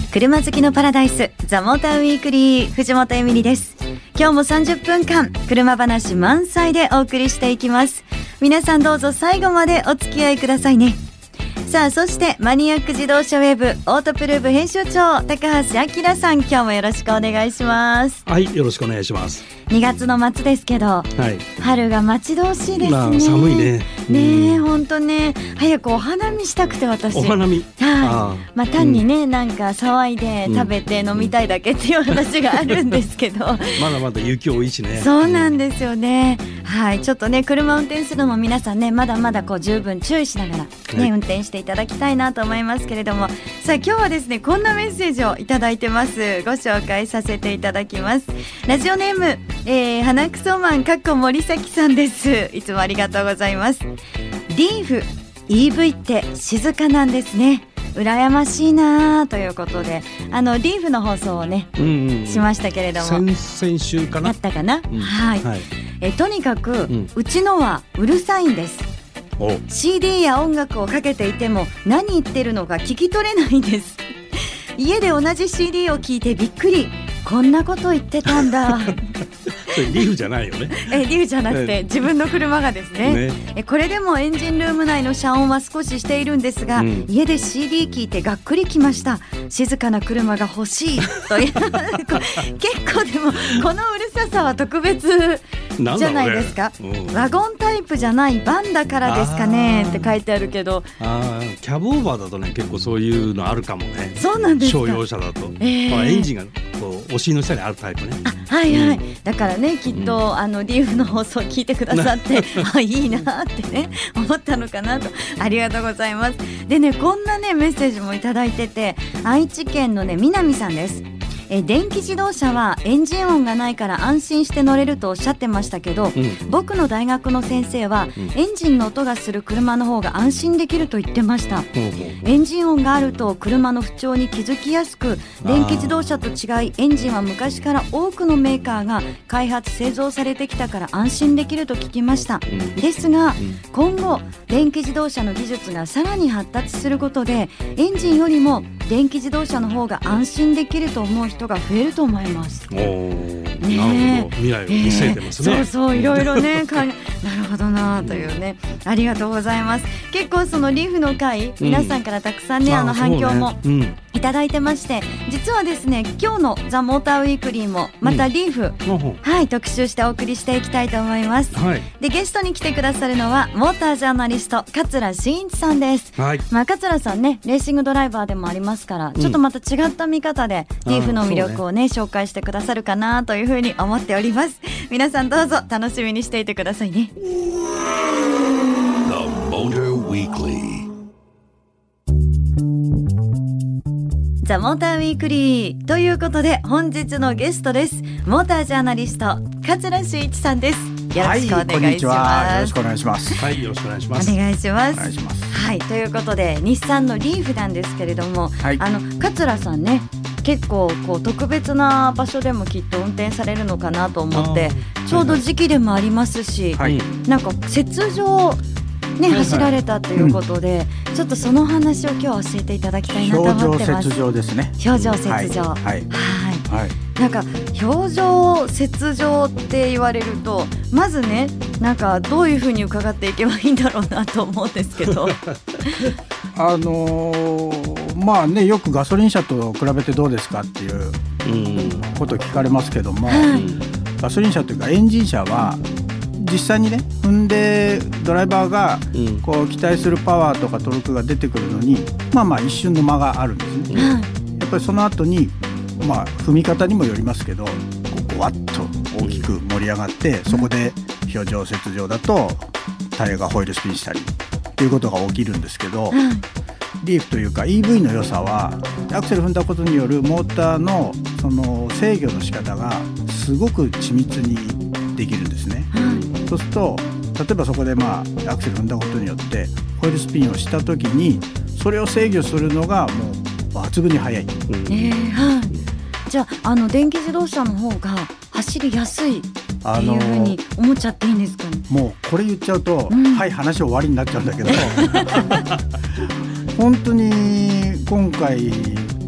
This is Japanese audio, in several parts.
車好きのパラダイス、ザ・モーターウィークリー、藤本恵美里です。今日も30分間車話満載でお送りしていきます。皆さんどうぞ最後までお付き合いくださいね。さあ、そしてマニアック自動車ウェブオートプルーブ編集長高橋明さん、今日もよろしくお願いします。 はい、よろしくお願いします。 2月の末ですけど、はい、春が待ち遠しいですね。 まあ、寒いね。 ねえ、ほんとね、早くお花見したくて私。 お花見。 はい。まあ単にね、なんか騒いで食べて飲みたいだけっていう話があるんですけど。 まだまだ雪多いしね。 そうなんですよね。はい、ちょっとね、車運転するのも皆さんね、まだまだこう十分注意しながらね、運転していただきたいなと思いますけれども、さあ今日はですね、こんなメッセージをいただいてます。ご紹介させていただきます。ラジオネーム、花くそマン森崎さんです。いつもありがとうございます。リーフ EV って静かなんですね。羨ましいなということで、リーフの放送をね、しましたけれども、 先週かな、 やったかな、はい、とにかく、うちのはうるさいんです。CD や音楽をかけていても何言ってるのか聞き取れないんです。家で同じ CD を聞いてびっくり、こんなこと言ってたんだ。 リーフじゃないよね。 リーフじゃなくて、自分の車がですね。これでもエンジンルーム内の遮音は少ししているんですが、家で CD 聞いてがっくりきました。静かな車が欲しいという結構でもこのうるささは特別じゃないですか。ワゴンタイプじゃないバンだからですかねって書いてあるけど、 キャブオーバーだとね、結構そういうのあるかもね。 そうなんですか。 商用車だと、エンジンがこうお尻の下にあるタイプね。 はいはい、だからね、きっと、リーフの放送を聞いてくださっていいなってね思ったのかなと。ありがとうございます。でね、こんなねメッセージもいただいてて、愛知県のね南さんです。電気自動車はエンジン音がないから安心して乗れるとおっしゃってましたけど、僕の大学の先生は、エンジンの音がする車の方が安心できると言ってました。エンジン音があると車の不調に気づきやすく、電気自動車と違いエンジンは昔から多くのメーカーが開発製造されてきたから安心できると聞きました。ですが、今後電気自動車の技術がさらに発達することで、エンジンよりも電気自動車の方が安心できると思う人が増えると思います。 なるほど、未来を見据えてますね。 そういろいろねなるほどなというね、ありがとうございます。結構そのリーフの回、皆さんからたくさんね、反響もいただいてまして、実はですね、今日のザ・モーターウィークリーもまたリーフ、特集してお送りしていきたいと思います。で、ゲストに来てくださるのはモータージャーナリスト桂真一さんです。桂さんね、レーシングドライバーでもありますから、ちょっとまた違った見方でリーフの魅力をね、紹介してくださるかなというふうに思っております。皆さんどうぞ楽しみにしていてくださいね。ザ・モーターウィークリーということで、本日のゲストです。モータージャーナリスト桂真一さんです。よろしくお願いします。 よろしくお願いします。 はい、よろしくお願いします。 お願いします。はい、ということで日産のリーフなんですけれども、桂さんね、結構こう特別な場所でもきっと運転されるのかなと思って、ちょうど時期でもありますし、なんか雪上ね、走られたということで、ちょっとその話を今日教えていただきたいなと思ってます。 表情雪上ですね。 表情雪上、なんか表情雪上って言われると、まずね、なんかどういうふうに伺っていけばいいんだろうなと思うんですけどまあね、よくガソリン車と比べてどうですかっていうことを聞かれますけども、ガソリン車というかエンジン車は実際にね、踏んでドライバーがこう期待するパワーとかトルクが出てくるのに、まあ一瞬の間があるんですね。やっぱりその後に、踏み方にもよりますけど、こうわっと大きく盛り上がって、そこで表情雪上だとタイヤがホイールスピンしたりっていうことが起きるんですけど、リーフというか EV の良さは、アクセル踏んだことによるモーターのその制御の仕方がすごく緻密にできるんですね。そうすると、例えばそこでアクセル踏んだことによってホイールスピンをした時に、それを制御するのがもう抜群に速い。 じゃあ、電気自動車の方が走りやすいっていうふうに思っちゃっていいんですかね。 もうこれ言っちゃうと、話終わりになっちゃうんだけど本当に今回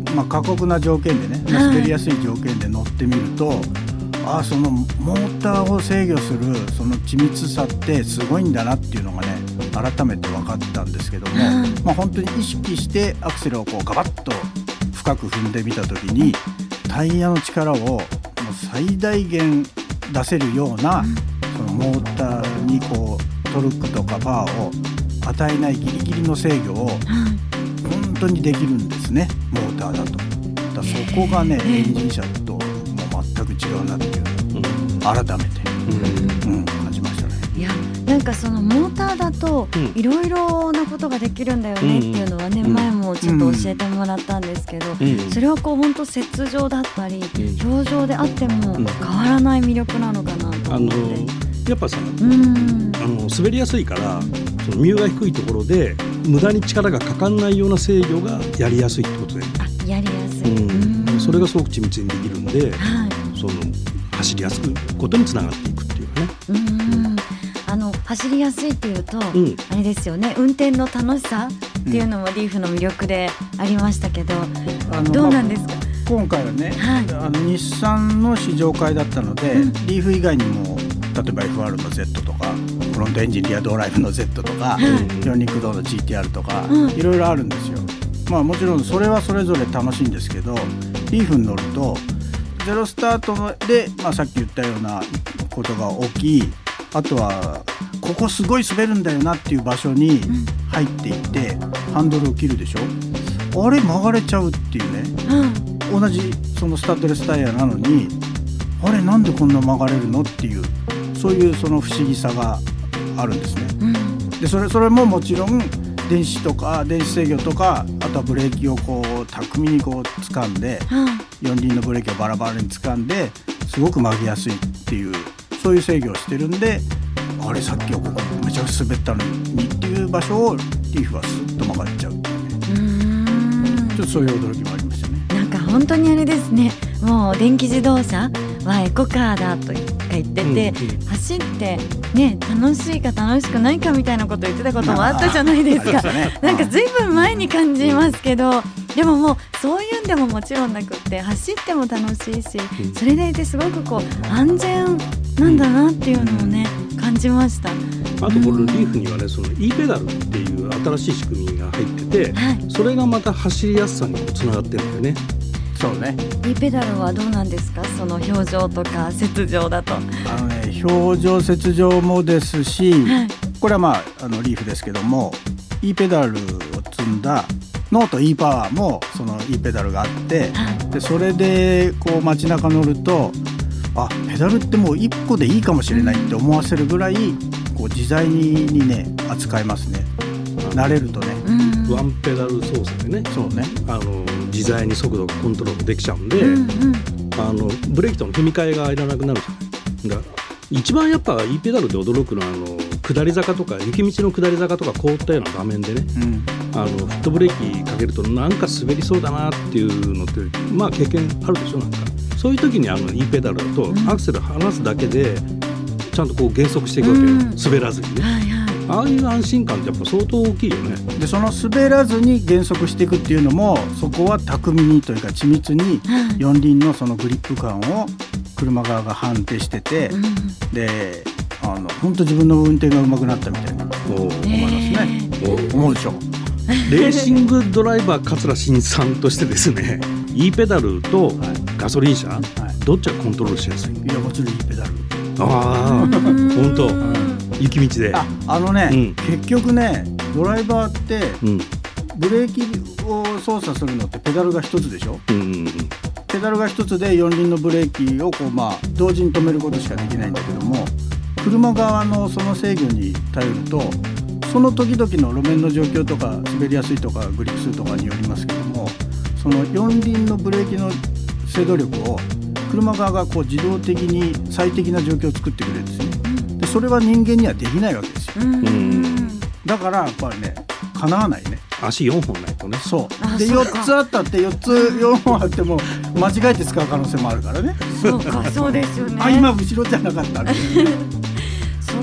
過酷な条件でね、滑りやすい条件で乗ってみると、そのモーターを制御するその緻密さってすごいんだなっていうのがね改めて分かったんですけども、本当に意識してアクセルをこうガバッと深く踏んでみた時にタイヤの力をもう最大限出せるような、そのモーターにこうトルクとかパワーを与えないギリギリの制御を本当にできるんですね、モーターだと。そこがねエンジン車ともう全く違うなっていう改めて、感じましたね。 いやなんかそのモーターだといろいろなことができるんだよねっていうのはね、前もちょっと教えてもらったんですけど、それはこう本当雪上だったり表情であっても変わらない魅力なのかなと思って、 やっぱさ、滑りやすいからそのミューが低いところで無駄に力がかかんないような制御がやりやすいってことで、 やりやすい、 それがすごく緻密にできるんで、その走りやすくことにつながっていくっていうかね。 走りやすいっていうと、あれですよね、運転の楽しさっていうのもリーフの魅力でありましたけど、どうなんですか？ 今回はね、日産の試乗会だったので、リーフ以外にも例えば FR の Z とかフロントエンジンリアドライブの Z とか、4輪駆動の GTR とか、いろいろあるんですよ。もちろんそれはそれぞれ楽しいんですけど、リーフに乗るとゼロスタートで、さっき言ったようなことが起き、あとはここすごい滑るんだよなっていう場所に入っていってハンドルを切るでしょ、あれ曲がれちゃうっていうね、同じそのスタッドレスタイヤなのにあれなんでこんな曲がれるのっていう、そういうその不思議さがあるんですね。でそれももちろん電子制御とか、あとはブレーキをこう巧みにこう掴んで、四輪のブレーキをバラバラに掴んですごく曲げやすいっていう、そういう制御をしてるんで、あれさっきはここめちゃくちゃ滑ったのにっていう場所をリーフはスッと曲がっちゃうっていうね、ちょっとそういう驚きもありましたね。 なんか本当にあれですね、もう電気自動車はエコカーだとか言ってて、走ってね楽しいか楽しくないかみたいなこと言ってたこともあったじゃないですか。なんかずいぶん前に感じますけど、でももうそういうんでももちろんなくって走っても楽しいし、それでいてすごくこう安全なんだなっていうのをね感じました。 あとこれリーフにはね、その E ペダルっていう新しい仕組みが入ってて、それがまた走りやすさにつながってるんだよね。 そうね。 E ペダルはどうなんですか？その表情とか雪上だと。 表情雪上もですし、これはリーフですけども E ペダルを積んだノート E パワーもその E ペダルがあって、でそれでこう街中乗るとペダルってもう一個でいいかもしれないって思わせるぐらいこう自在にね扱えますね、慣れるとね。 ワンペダル操作でね、 そうね、 自在に速度がコントロールできちゃうんで、ブレーキとの踏み替えがいらなくなるじゃない。一番やっぱ E ペダルで驚くのは下り坂とか雪道の下り坂とか凍ったような場面でね、フットブレーキかけるとなんか滑りそうだなっていうのって経験あるでしょ。なんかそういう時にE ペダルだとアクセル離すだけでちゃんとこう減速していくわけよ、滑らずにね。ああいう安心感ってやっぱ相当大きいよね。 でその滑らずに減速していくっていうのも、そこは巧みにというか緻密に四輪のそのグリップ感を車側が判定してて、で本当自分の運転が上手くなったみたいに思いますね。思うでしょ。 レーシングドライバー桂新さんとしてですね、E ペダルとガソリン車、どっちがコントロールしやすい？ いやもちろん E ペダル。 本当。雪道で結局ねドライバーって、ブレーキを操作するのってペダルが一つでしょ、ペダルが一つで四輪のブレーキをこう、同時に止めることしかできないんだけども、車側のその制御に頼るとその時々の路面の状況とか滑りやすいとかグリップ数とかによりますけども、その四輪のブレーキの制動力を車側がこう自動的に最適な状況を作ってくれるんですね。でそれは人間にはできないわけですよ。だからやっぱりね叶わないね。 足4本ないとね。 そうで4つあったって4本あっても間違えて使う可能性もあるからね。 そうかそうですよね。 今後ろじゃなかったみたいな。 そっ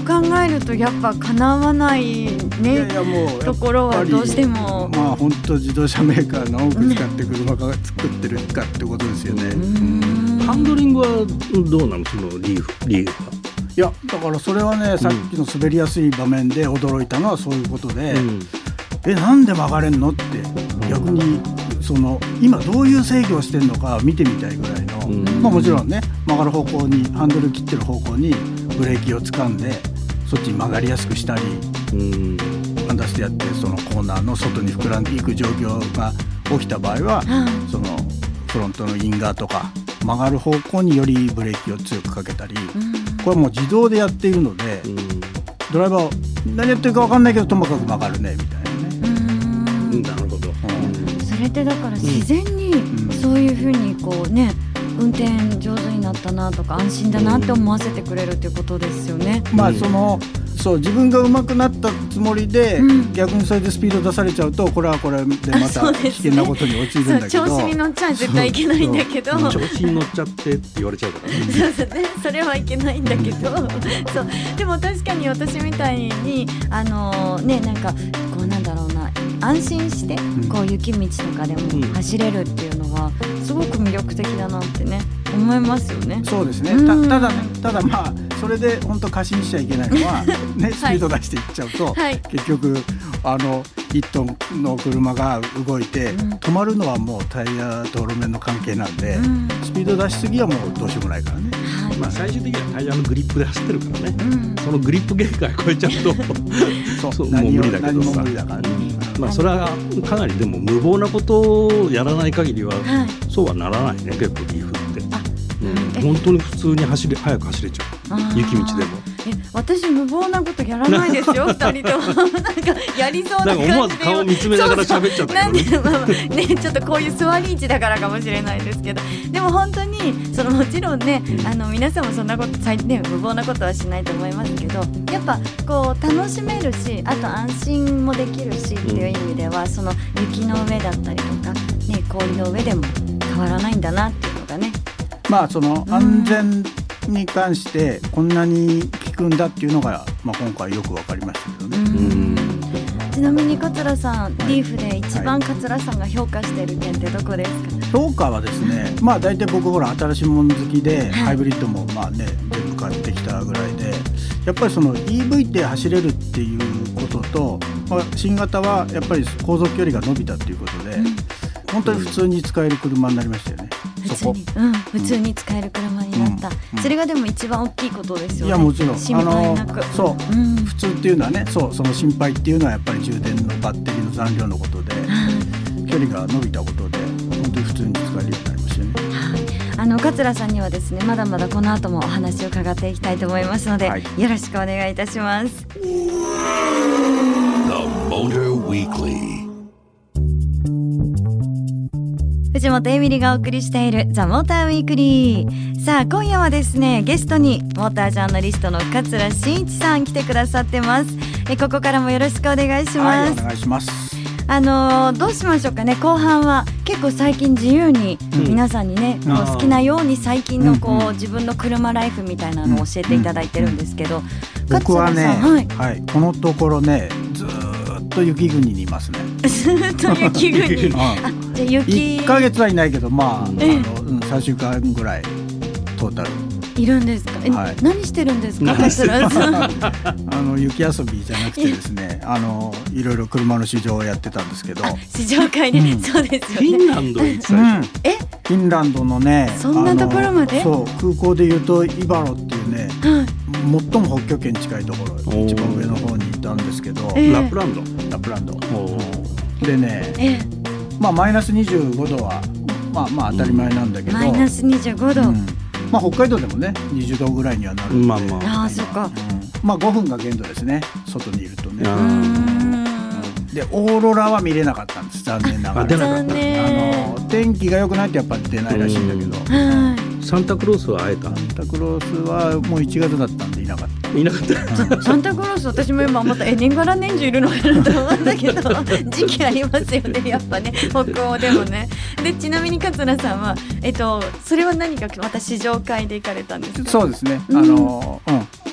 考えるとやっぱ叶わないね、 いやいやもうところはどうしてもまあ本当自動車メーカーの多く使って車が作ってるかってことですよね。 ハンドリングはどうなの、そのリーフは。 いやだからそれはね、さっきの滑りやすい場面で驚いたのはそういうことで、なんで曲がれんのって逆にその今どういう制御をしてるのか見てみたいぐらいの、まあもちろんね曲がる方向にハンドル切ってる方向にブレーキを掴んでそっちに曲がりやすくしたり、アンダーステやってそのコーナーの外に膨らんでいく状況が起きた場合は、そのフロントのインガーとか曲がる方向によりブレーキを強くかけたり、これはもう自動でやっているので、ドライバー何やってるか分かんないけどともかく曲がるねみたいなね。 なるほど。 それってだから自然にそういうふうにこうね、運転上手になったなとか安心だなって思わせてくれるっていうことですよね。 まあそう自分が上手くなったつもりで、逆にそれでスピード出されちゃうとこれはこれでまた危険なことに陥るんだけど、 調子に乗っちゃ絶対いけないんだけど、 調子に乗っちゃってって言われちゃうからね。 そうね、それはいけないんだけどそうでも確かに私みたいになんかこうなんだろうな、安心してこう雪道とかでも走れるっていうのはすごく魅力的だなってね思いますよね。 そうですね。ただまあそれで本当過信しちゃいけないのはね、スピード出していっちゃうと、結局1トンの車が動いて、止まるのはもうタイヤと路面の関係なんで、スピード出しすぎはもうどうしようもないからね。 まあ最終的にはタイヤのグリップで走ってるからね、そのグリップ限界超えちゃうともう無理だけどさ、まあそれはかなりでも無謀なことをやらない限りは、そうはならないね結構リーフって。本当に普通に速く走れちゃう、雪道でも。 私無謀なことやらないですよ2人ともなんかやりそうな感じで思わず顔見つめながら喋っちゃったけどねちょっとこういう座り位置だからかもしれないですけど、でも本当にもちろんね皆さんもそんなこと無謀なことはしないと思いますけど、やっぱこう楽しめるし、あと安心もできるしっていう意味では、その雪の上だったりとか、ね、氷の上でも変わらないんだなっていうのがね、 まあその安全に関してこんなに効くんだっていうのが、まあ、今回よく分かりましたけどね。 ちなみに桂さん、リーフで一番桂さんが評価している点ってどこですか？ 評価はですね、まあ大体僕ほら新しいもの好きで、ハイブリッドもまあね全部買ってきたぐらいで、やっぱりその EV で走れるっていうことと、まあ、新型はやっぱり航続距離が伸びたっていうことで、本当に普通に使える車になりましたよね。 普通に使える車になった、それがでも一番大きいことですよね。 いやもちろん心配なく、 普通っていうのはね、その心配っていうのはやっぱり充電のバッテリーの残量のことで、距離が伸びたことで本当に普通に使えるようになりましたよね。 桂さんにはですね、まだまだこの後もお話を伺っていきたいと思いますので、よろしくお願いいたします。藤本エミリがお送りしているザ・モーターウィークリー。さあ今夜はですね、ゲストにモータージャーナリストの桂真一さん来てくださってます。ここからもよろしくお願いします。 お願いします。 どうしましょうかね。後半は結構最近自由に皆さんにね、こう好きなように最近のこう自分の車ライフみたいなのを教えていただいてるんですけど、 僕はね、このところねずっと雪国にいますね。 ずっと雪国じゃあ 1ヶ月はいないけど、まあ3週間ぐらいトータルいるんですか。何してるんですか桂さん。 雪遊びじゃなくてですね、いろいろ車の試乗をやってたんですけど、 試乗会で、そうですよね。 フィンランドに最初、 フィンランドのね、 そんなところまで、 そう空港でいうとイバロっていうね、最も北極圏に近いところ、一番上の方にいたんですけど、 ラプランドでね、まあマイナス25度はまあ当たり前なんだけど、 マイナス25度、 まあ北海道でもね20度ぐらいにはなるんで、 そっか、 まあ5分が限度ですね、外にいるとね。でオーロラは見れなかったんです、残念ながら。 残念。 天気が良くないとやっぱり出ないらしいんだけど、 サンタクロースは会えた？ サンタクロースはもう1月だったんでいなかった。 サンタクロース、私も今また年がら年中いるのかなと思うんだけど時期ありますよね、やっぱね、北欧でもね。でちなみに桂さんはそれは何かまた試乗会で行かれたんですか？ そうですね、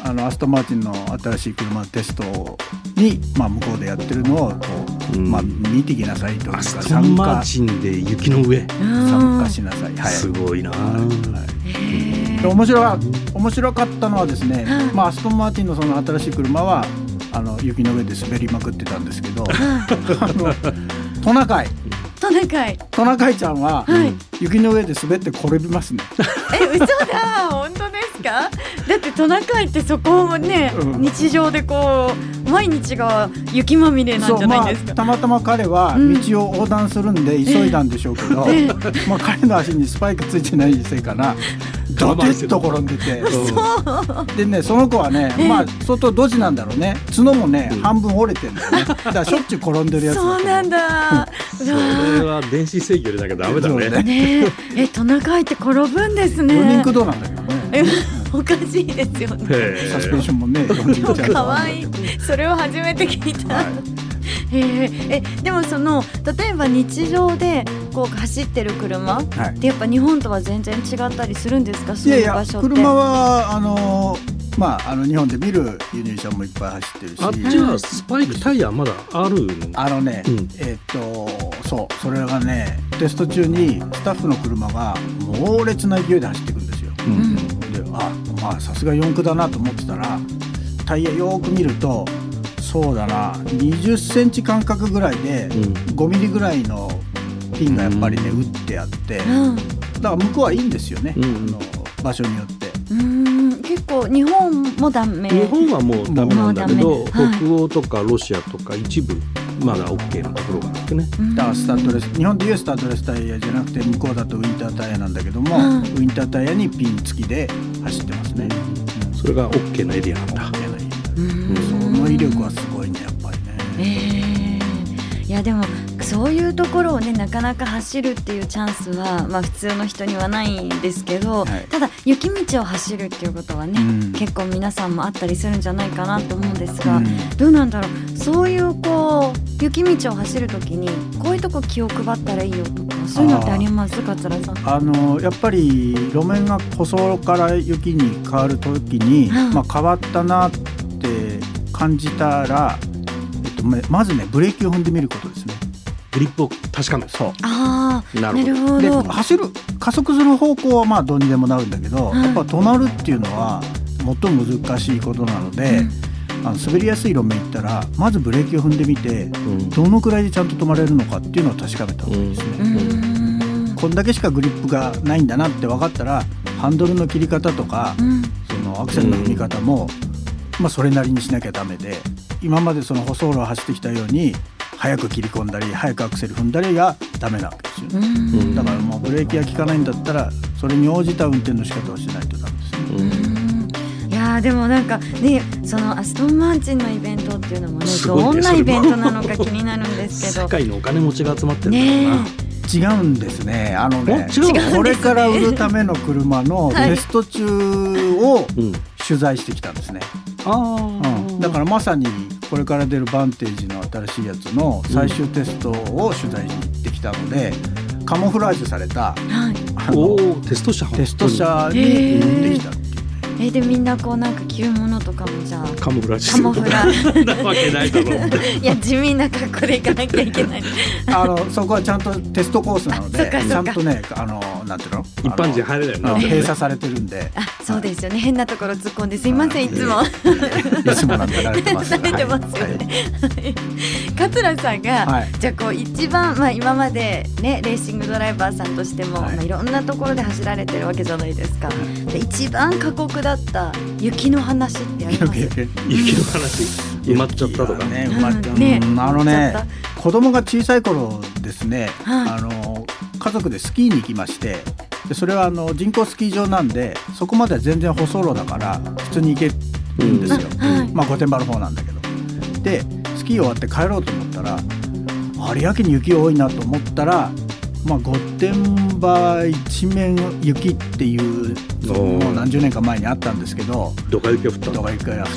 アストンマーティンの新しい車のテストに、向こうでやってるのをこう、見てきなさいというか、 アストンマーティンで雪の上参加しなさい、はい、 すごいな、 で面白かったのはですね、アストンマーティンのその新しい車は雪の上で滑りまくってたんですけどトナカイちゃんは、雪の上で滑って転びますね。 嘘だ、本当ですか？だってトナカイってそこもね、日常でこう毎日が雪まみれなんじゃないですか。 たまたま彼は道を横断するんで急いだんでしょうけど、彼の足にスパイクついてないせいかな、ドテッと転んでて、でね、その子はね、相当ドジなんだろうね、角もね、半分折れてるんだよね。だからしょっちゅう転んでるやつだ。 そうなんだ。 それは電子制御でなきゃダメだね。 トナカイって転ぶんですね。 4人駆動なんだけどね。 おかしいですよね。 サスペンションもね、 かわいい。それを初めて聞いた。でも例えば日常でこう走ってる車ってやっぱ日本とは全然違ったりするんですか？そういう場所って。 車は日本で見る輸入車もいっぱい走ってるし、 あっちはスパイクタイヤまだあるの？ それがね、テスト中にスタッフの車が猛烈な勢いで走っていくんですよ。で、さすが四駆だなと思ってたら、タイヤよく見ると、そうだな、20センチ間隔ぐらいで5ミリぐらいのピンがやっぱりね、打ってあって、だから向こうはいいんですよね、場所によって。 結構日本もダメ。 日本はもうダメなんだけど、北欧とかロシアとか一部まだ OK なところがあってね。 だからスタッドレス、日本でいうスタッドレスタイヤじゃなくて、向こうだとウインタータイヤなんだけども、ウインタータイヤにピン付きで走ってますね。 それが OK なエリアなんだ。 その威力はすごいね、やっぱりね。 いやでもそういうところをね、なかなか走るっていうチャンスは、普通の人にはないんですけど、ただ雪道を走るっていうことはね、結構皆さんもあったりするんじゃないかなと思うんですが、どうなんだろう、そういうこう雪道を走るときにこういうとこ気を配ったらいいよとか、そういうのってありますか？桂さん。 やっぱり路面が舗装から雪に変わるときに、変わったなって感じたら、まずね、ブレーキを踏んでみることですね。 グリップを確かめる。 そう。 なるほど。 で、加速する方向はどうにでもなるんだけど、やっぱ止まるっていうのは最も難しいことなので、滑りやすい路面行ったらまずブレーキを踏んでみて、どのくらいでちゃんと止まれるのかっていうのを確かめた方がいいですね。こんだけしかグリップがないんだなって分かったら、ハンドルの切り方とか、そのアクセルの踏み方も、それなりにしなきゃダメで、今までその舗装路を走ってきたように早く切り込んだり早くアクセル踏んだりがダメなわけですよね。だからもうブレーキが効かないんだったら、それに応じた運転の仕方をしないとダメですね。 いやでもなんかね、そのアストンマーティンのイベントっていうのもね、どんなイベントなのか気になるんですけど、 世界のお金持ちが集まってるんだろうな。 違うんですね。これから売るための車のテスト中を取材してきたんですね。だからまさにこれから出るバンテージの新しいやつの最終テストを取材に行ってきたので、カモフラージュされた、 テスト車に乗ってきた。 でみんなこうなんか着るものとかもじゃあカモフラージュなわけないだろう。 いや地味な格好で行かなきゃいけない。 そこはちゃんとテストコースなので、ちゃんとね、なんていうの、 一般人入れないよね。 閉鎖されてるんで。 そうですよね。変なところ突っ込んですいません、いつも。 いつもなんて慣れてます。 慣れてますよね。桂さんがじゃあこう一番今までね、レーシングドライバーさんとしてもいろんなところで走られてるわけじゃないですか。で一番過酷だった雪の話ってあります？ 雪の話、埋まっちゃったとかね。 子供が小さい頃ですね、家族でスキーに行きまして、でそれは人工スキー場なんで、そこまでは全然舗装路だから普通に行けるんですよ。御殿場の方なんだけど、でスキー終わって帰ろうと思ったら、やけに雪多いなと思ったら、御殿場一面雪っていう、もう何十年か前にあったんですけど、 ドカ雪が降った。 ドカ雪が降って、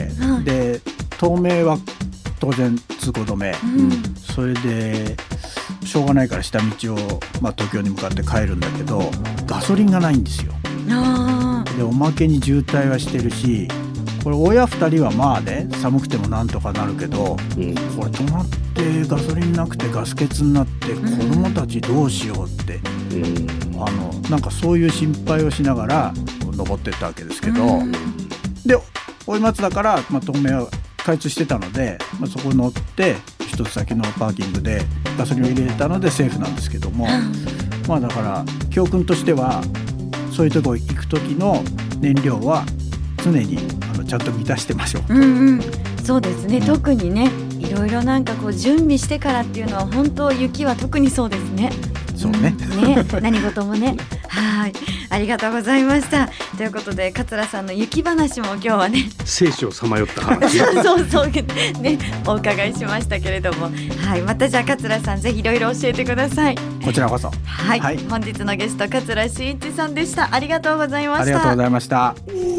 で東名は当然通行止め、それでしょうがないから下道を、東京に向かって帰るんだけど、ガソリンがないんですよ。でおまけに渋滞はしてるし、 これ親2人はまあね寒くてもなんとかなるけど、これ止まってガソリンなくてガス欠になって子供たちどうしようって、なんかそういう心配をしながら登ってったわけですけど、で大井松だから、東名は開通してたので、そこ乗って一つ先のパーキングでガソリンを入れたのでセーフなんですけども、だから教訓としてはそういうところ行く時の燃料は常にちゃんと満たしてましょう。 そうですね、特にねいろいろなんかこう準備してからっていうのは本当雪は特にそうですね。 そうね、 何事もねはい、ありがとうございました。ということで桂さんの雪話も今日はね生死をさまよった話そうねお伺いしましたけれども、はい、またじゃあ桂さんぜひいろいろ教えてください。 こちらこそ、 はい、本日のゲスト桂真一さんでした。ありがとうございました。 ありがとうございました。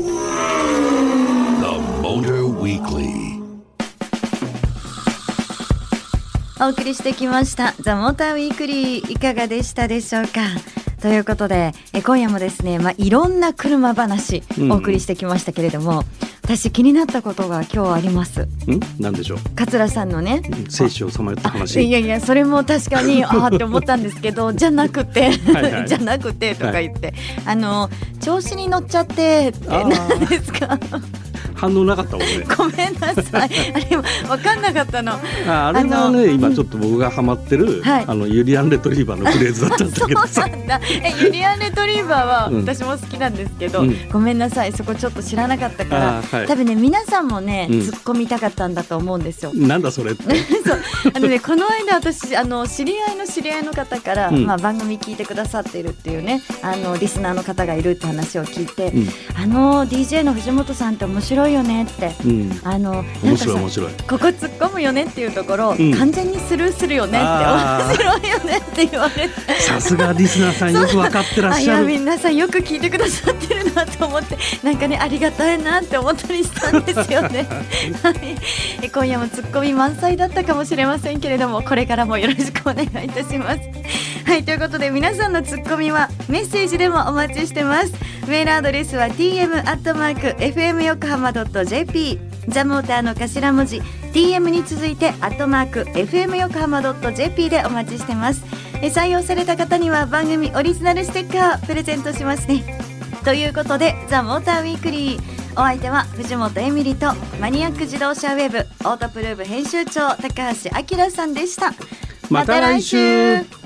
お送りしてきましたザ・モーターウィークリー、いかがでしたでしょうか。ということで今夜もですね、いろんな車話お送りしてきましたけれども、私気になったことが今日あります。 何でしょう。 桂さんのね生死をさまよった話。 いやそれも確かにって思ったんですけどじゃなくてじゃなくてとか言って、調子に乗っちゃってって何ですか。 反応なかったもんね。 ごめんなさい、あれ分かんなかったの。 あれはね、今ちょっと僕がハマってる、ユリアンレトリーバーのフレーズだったんだけどそうなんだ。ユリアンレトリーバーは私も好きなんですけど、ごめんなさい、そこちょっと知らなかったから、多分ね皆さんもね、突っ込みたかったんだと思うんですよ。 なんだそれってそうこの間私知り合いの知り合いの方から、番組聞いてくださっているっていうねリスナーの方がいるって話を聞いて、DJ の藤本さんって面白いよねって、 面白いここ突っ込むよねっていうところ、完全にスルーするよねって、面白いよねって言われて、 さすがリスナーさんよく分かってらっしゃる。 皆さんよく聞いてくださってるなと思って、なんかねありがたいなって思ったりしたんですよね今夜もツッコミ満載だったかもしれませんけれども、これからもよろしくお願いいたします。はい、ということで皆さんのツッコミはメッセージでもお待ちしてます。メールアドレスは tm@fmyokohama.jp、 ザモーターの頭文字 tm に続いて@fmyokohama.jp でお待ちしてます。採用された方には番組オリジナルステッカープレゼントしますね。ということでザ・モーターウィークリー、お相手は藤本エミリとマニアック自動車ウェブオートプルーブ編集長高橋明さんでした。 また来週。